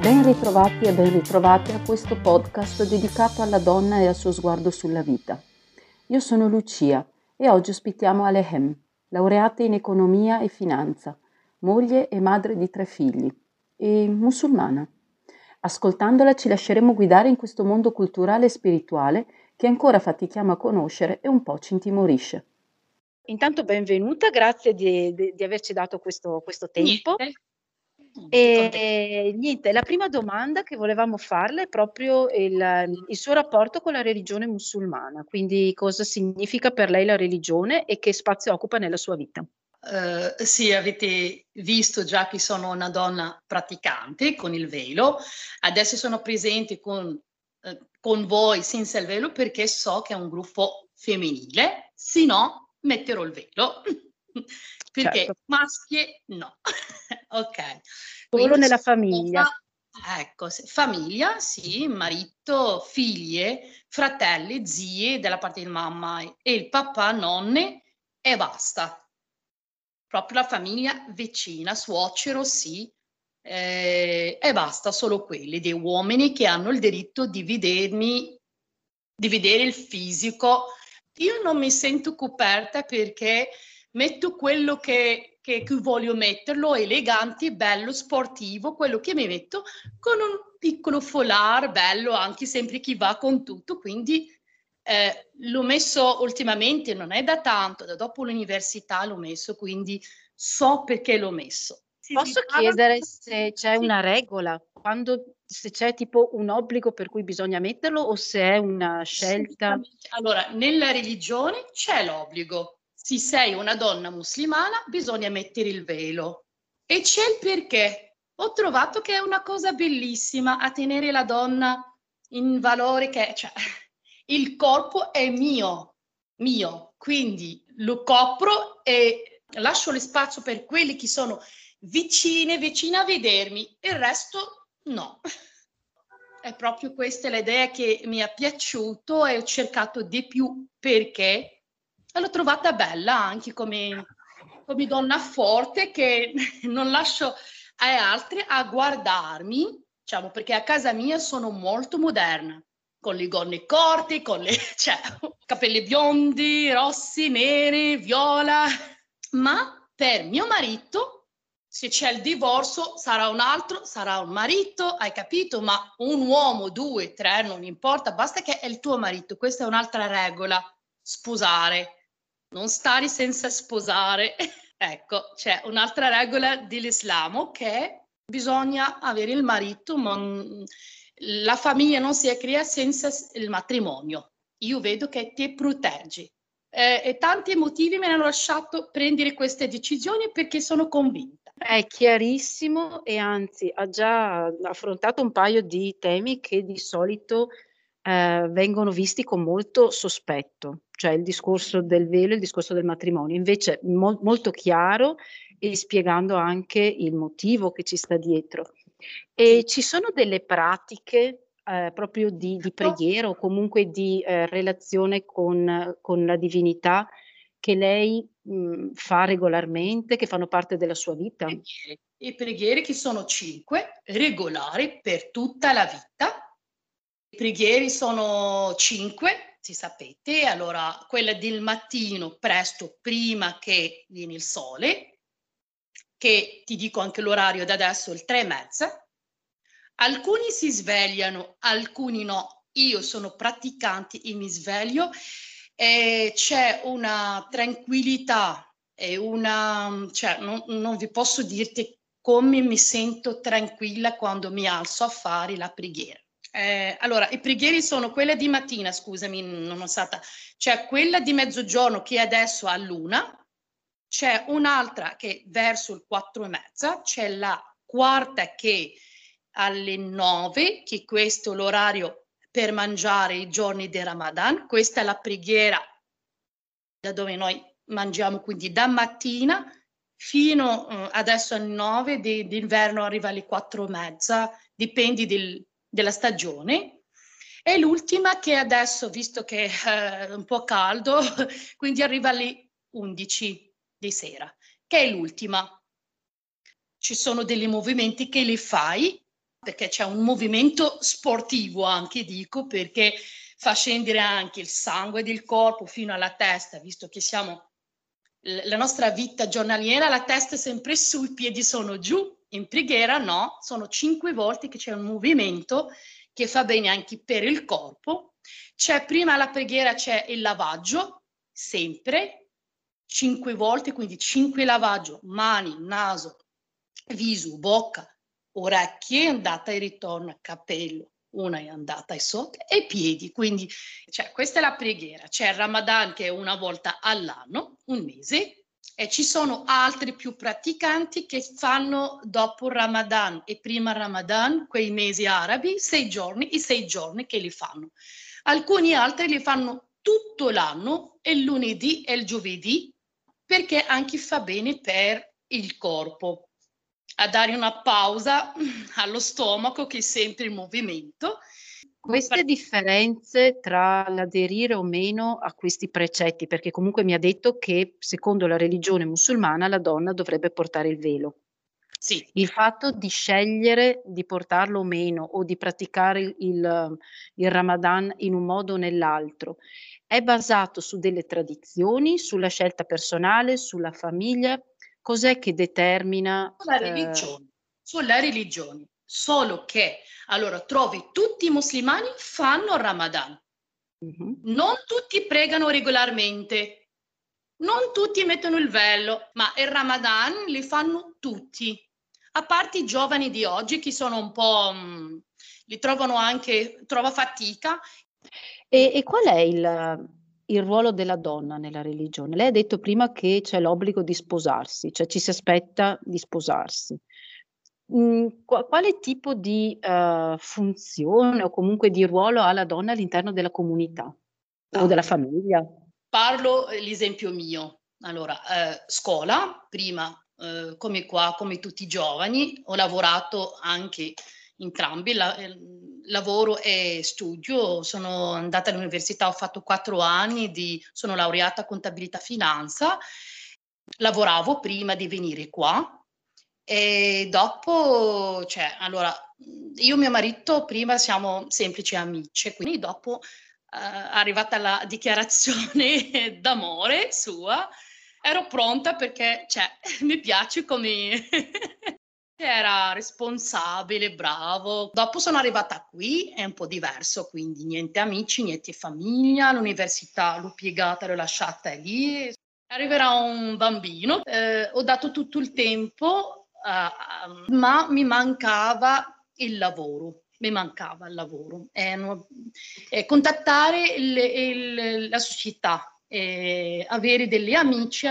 Ben ritrovati e ben ritrovate a questo podcast dedicato alla donna e al suo sguardo sulla vita. Io sono Lucia e oggi ospitiamo Alehem, laureata in economia e finanza, moglie e madre di 3 figli e musulmana. Ascoltandola ci lasceremo guidare in questo mondo culturale e spirituale che ancora fatichiamo a conoscere e un po' ci intimorisce. Intanto benvenuta, grazie di averci dato questo tempo. E niente, la prima domanda che volevamo farle è proprio il suo rapporto con la religione musulmana, quindi cosa significa per lei la religione e che spazio occupa nella sua vita. Sì, avete visto già che sono una donna praticante con il velo, adesso sono presente con voi senza il velo perché so che è un gruppo femminile, se no metterò il velo, perché Certo. maschie no. Ok. Solo Quindi nella famiglia. ecco, famiglia, sì, marito, figlie, fratelli, zie della parte di mamma e il papà, nonne e basta. Proprio la famiglia vicina, suocero, sì, e basta, solo quelli, dei uomini che hanno il diritto di vedere il fisico. Io non mi sento coperta perché metto quello che voglio metterlo, elegante, bello, sportivo, quello che mi metto con un piccolo foulard bello, anche sempre chi va con tutto, quindi l'ho messo ultimamente, non è da tanto, da dopo l'università l'ho messo, quindi so perché l'ho messo. Posso chiedere se c'è una regola, se c'è tipo un obbligo per cui bisogna metterlo o se è una scelta? Allora, nella religione c'è l'obbligo. Se sei una donna musulmana, bisogna mettere il velo. E c'è il perché. Ho trovato che è una cosa bellissima a tenere la donna in valore che, cioè, il corpo è mio, quindi lo copro e lascio lo spazio per quelli che sono vicine a vedermi, il resto no. È proprio questa l'idea che mi è piaciuto e ho cercato di più perché l'ho trovata bella anche come donna forte che non lascio ai altri a guardarmi, diciamo, perché a casa mia sono molto moderna, con le gonne corte, con le cioè, capelli biondi, rossi, neri, viola, ma per mio marito se c'è il divorzio sarà un altro, sarà un marito, hai capito? Ma un uomo, 2, 3, non importa, basta che è il tuo marito. Questa è un'altra regola, sposare, non stare senza sposare. Ecco, c'è un'altra regola dell'Islam che bisogna avere il marito, ma la famiglia non si crea senza il matrimonio. Io vedo che ti proteggi. E tanti motivi mi hanno lasciato prendere queste decisioni perché sono convinta. È chiarissimo e anzi ha già affrontato un paio di temi che di solito vengono visti con molto sospetto, cioè il discorso del velo e il discorso del matrimonio, invece molto chiaro e spiegando anche il motivo che ci sta dietro. E ci sono delle pratiche proprio di preghiera o comunque di relazione con la divinità che lei fa regolarmente, che fanno parte della sua vita? E preghiere che sono 5, regolari per tutta la vita. Le preghiere sono 5, si sapete, allora quella del mattino presto, prima che viene il sole, che ti dico anche l'orario da adesso, il 3:30. Alcuni si svegliano, alcuni no. Io sono praticante e mi sveglio e c'è una tranquillità e cioè non vi posso dirti come mi sento tranquilla quando mi alzo a fare la preghiera. Allora, le preghiere sono quelle di mattina, scusami, non ho stata, c'è quella di mezzogiorno che adesso è all'una, c'è un'altra che verso il 4:30, c'è la quarta che alle 9, che questo è l'orario per mangiare i giorni di Ramadan. Questa è la preghiera da dove noi mangiamo, quindi da mattina fino adesso alle 9, d'inverno arriva alle 4:30, dipende della stagione. E l'ultima che adesso, visto che è un po' caldo, quindi arriva alle 11 di sera, che è l'ultima. Ci sono dei movimenti che li fai perché c'è un movimento sportivo anche, dico, perché fa scendere anche il sangue del corpo fino alla testa, visto che siamo, la nostra vita giornaliera, la testa è sempre su, i piedi sono giù. In preghiera no, sono 5 volte che c'è un movimento che fa bene anche per il corpo. C'è prima la preghiera, c'è il lavaggio, sempre, 5 volte, quindi 5 lavaggio, mani, naso, viso, bocca, orecchie, andata e ritorno, capello, una è andata e sotto, e piedi. Quindi questa è la preghiera. C'è il Ramadan che è una volta all'anno, un mese, e ci sono altri più praticanti che fanno dopo il Ramadan e prima Ramadan, quei mesi arabi, 6 giorni, i 6 giorni che li fanno. Alcuni altri li fanno tutto l'anno, il lunedì e il giovedì, perché anche fa bene per il corpo, a dare una pausa allo stomaco che è sempre in movimento. Queste differenze tra l'aderire o meno a questi precetti, perché comunque mi ha detto che secondo la religione musulmana la donna dovrebbe portare il velo. Sì. Il fatto di scegliere di portarlo o meno o di praticare il Ramadan in un modo o nell'altro, è basato su delle tradizioni, sulla scelta personale, sulla famiglia? Cos'è che determina, Sulla religione, solo che allora trovi tutti i musulmani fanno il Ramadan, non tutti pregano regolarmente, non tutti mettono il velo, ma il Ramadan li fanno tutti, a parte i giovani di oggi che sono un po', li trovano anche, trova fatica. E qual è il ruolo della donna nella religione? Lei ha detto prima che c'è l'obbligo di sposarsi, cioè ci si aspetta di sposarsi. Quale tipo di, funzione o comunque di ruolo ha la donna all'interno della comunità o della famiglia? Parlo l'esempio mio. Allora, scuola, prima, come qua, come tutti i giovani, ho lavorato anche entrambi, lavoro e studio. Sono andata all'università, ho fatto 4 anni, sono laureata a contabilità finanza. Lavoravo prima di venire qua e dopo, allora, io e mio marito prima siamo semplici amici, quindi dopo arrivata la dichiarazione d'amore sua, ero pronta perché mi piace come era responsabile, bravo. Dopo sono arrivata qui, è un po' diverso, quindi niente amici, niente famiglia, l'università l'ho piegata, l'ho lasciata lì. Arriverà un bambino, ho dato tutto il tempo, ma mi mancava il lavoro. Mi mancava il lavoro. Contattare la società, avere degli amici,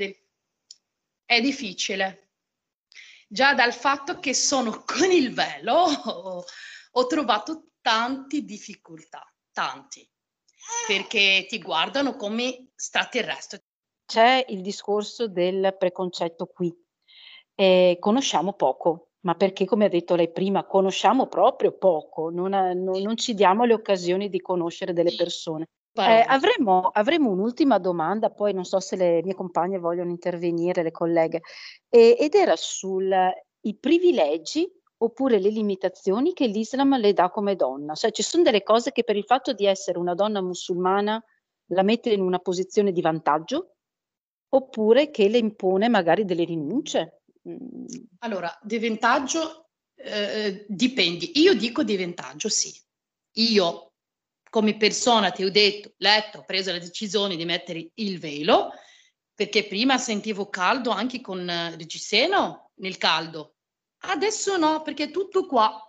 è difficile. Già dal fatto che sono con il velo ho trovato tante difficoltà, tanti, perché ti guardano come extraterrestre. C'è il discorso del preconcetto qui. Conosciamo poco, ma perché come ha detto lei prima, conosciamo proprio poco, non ci diamo le occasioni di conoscere delle Sì, persone. parole. Avremo un'ultima domanda, poi non so se le mie compagne vogliono intervenire, le colleghe, ed era sul i privilegi oppure le limitazioni che l'Islam le dà come donna. Cioè ci son delle cose che per il fatto di essere una donna musulmana la mette in una posizione di vantaggio, oppure che le impone magari delle rinunce. Allora, di vantaggio, dipende. Io dico di vantaggio sì. Io come persona ti ho detto, letto, ho preso la decisione di mettere il velo, perché prima sentivo caldo anche con il reggiseno nel caldo. Adesso no, perché è tutto qua,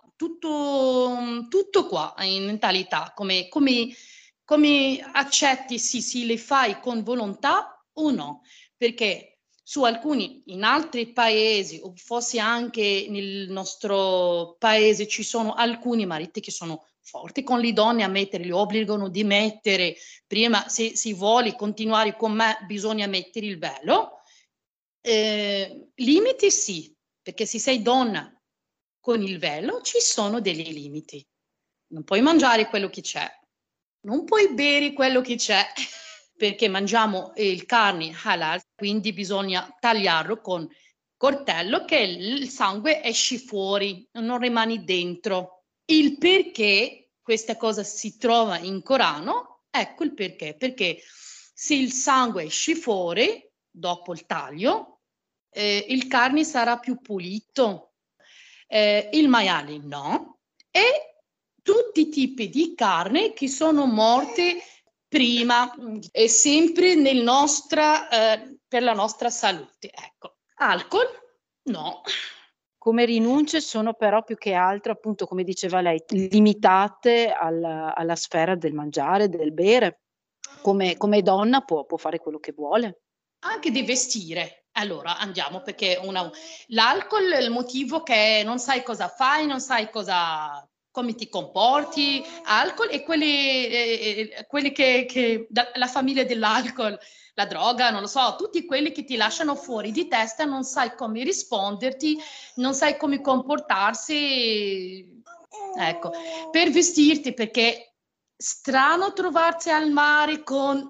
tutto qua in mentalità, come accetti, sì, le fai con volontà o no, perché su alcuni, in altri paesi, o forse anche nel nostro paese, ci sono alcuni mariti che sono forti con le donne a mettere, li obbligano di mettere, prima se si vuole continuare con me bisogna mettere il velo. Limiti sì, perché se sei donna con il velo ci sono dei limiti. Non puoi mangiare quello che c'è, non puoi bere quello che c'è, perché mangiamo il carne halal, quindi bisogna tagliarlo con coltello che il sangue esce fuori, non rimane dentro. Il perché questa cosa si trova in Corano, ecco il perché se il sangue esce fuori dopo il taglio, il carne sarà più pulito, il maiale no, e tutti i tipi di carne che sono morte prima, è sempre per la nostra salute. Ecco. Alcol? No. Come rinunce sono però più che altro, appunto, come diceva lei, limitate alla sfera del mangiare, del bere. Come donna può fare quello che vuole. Anche di vestire. Allora andiamo perché l'alcol è il motivo che non sai cosa fai, non sai come ti comporti. Alcol e quelli che la famiglia dell'alcol, la droga, non lo so, tutti quelli che ti lasciano fuori di testa, non sai come risponderti, non sai come comportarsi. Ecco, per vestirti, perché strano trovarsi al mare con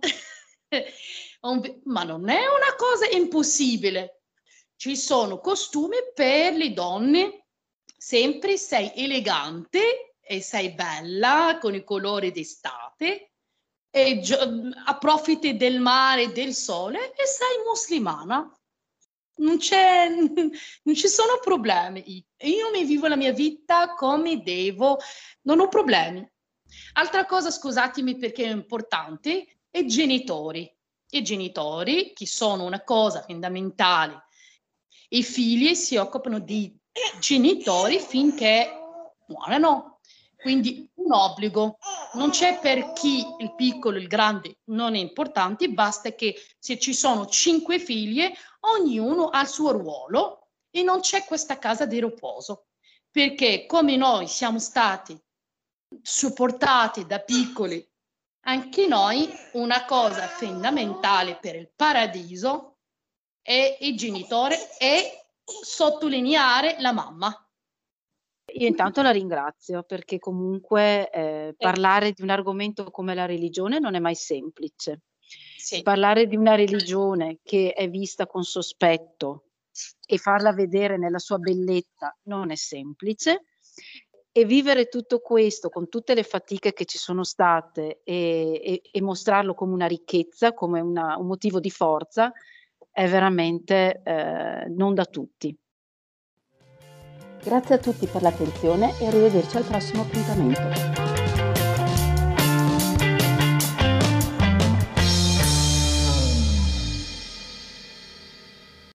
ma non è una cosa impossibile. Ci sono costumi per le donne, sempre sei elegante e sei bella con i colori d'estate e approfitti del mare e del sole e sei muslimana. Non ci sono problemi. Io mi vivo la mia vita come devo, non ho problemi. Altra cosa, scusatemi perché è importante, i genitori. I genitori, che sono una cosa fondamentale. I figli si occupano di genitori finché muoiono. Quindi un obbligo. Non c'è per chi il piccolo, il grande non è importante, basta che se ci sono 5 figlie, ognuno ha il suo ruolo e non c'è questa casa di riposo. Perché come noi siamo stati supportati da piccoli, anche noi una cosa fondamentale per il paradiso è il genitore e sottolineare la mamma. Io intanto la ringrazio perché comunque parlare di un argomento come la religione non è mai semplice. Sì. Parlare di una religione che è vista con sospetto e farla vedere nella sua bellezza non è semplice. E vivere tutto questo con tutte le fatiche che ci sono state e mostrarlo come una ricchezza, come un motivo di forza, è veramente non da tutti. Grazie a tutti per l'attenzione e arrivederci al prossimo appuntamento.